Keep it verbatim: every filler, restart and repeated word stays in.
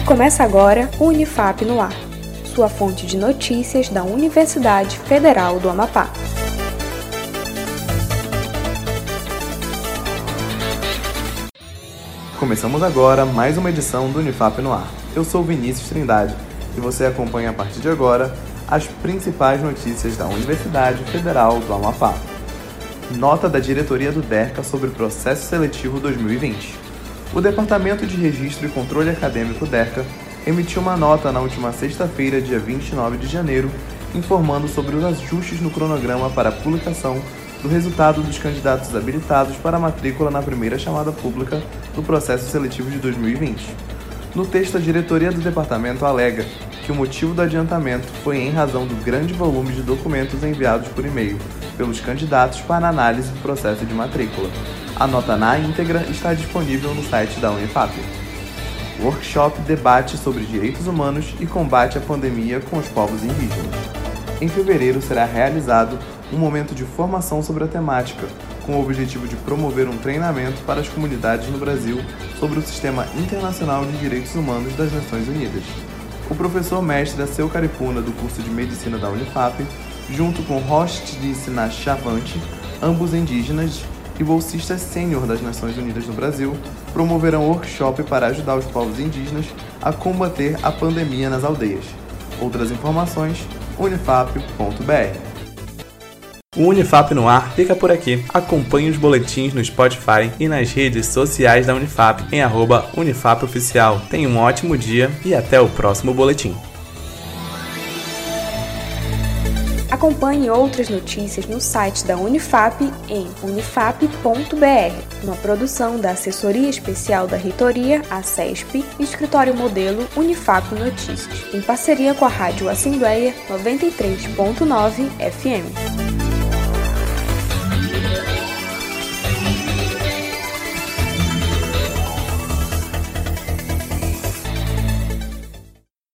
Começa agora o Unifap no Ar, sua fonte de notícias da Universidade Federal do Amapá. Começamos agora mais uma edição do Unifap no Ar. Eu sou Vinícius Trindade e você acompanha a partir de agora as principais notícias da Universidade Federal do Amapá. Nota da diretoria do DERCA sobre o processo seletivo dois mil e vinte. O Departamento de Registro e Controle Acadêmico DERCA emitiu uma nota na última sexta-feira, dia vinte e nove de janeiro, informando sobre os ajustes no cronograma para a publicação do resultado dos candidatos habilitados para a matrícula na primeira chamada pública do processo seletivo de dois mil e vinte. No texto, a diretoria do departamento alega que o motivo do adiantamento foi em razão do grande volume de documentos enviados por e-mail pelos candidatos para análise do processo de matrícula. A nota na íntegra está disponível no site da Unifap. Workshop debate sobre direitos humanos e combate à pandemia com os povos indígenas. Em fevereiro será realizado um momento de formação sobre a temática, com o objetivo de promover um treinamento para as comunidades no Brasil sobre o Sistema Internacional de Direitos Humanos das Nações Unidas. O professor mestre Aceu Caripuna, do curso de Medicina da Unifap, junto com Rost de Sina Chavante, ambos indígenas, e bolsistas sênior das Nações Unidas no Brasil, promoverão workshop para ajudar os povos indígenas a combater a pandemia nas aldeias. Outras informações, unifap ponto b r. O Unifap no Ar fica por aqui. Acompanhe os boletins no Spotify e nas redes sociais da Unifap em arroba Unifap Oficial. Tenha um ótimo dia e até o próximo boletim. Acompanhe outras notícias no site da Unifap em unifap ponto b r, uma produção da Assessoria Especial da Reitoria, a SESP, e Escritório Modelo Unifap Notícias, em parceria com a Rádio Assembleia noventa e três ponto nove F M.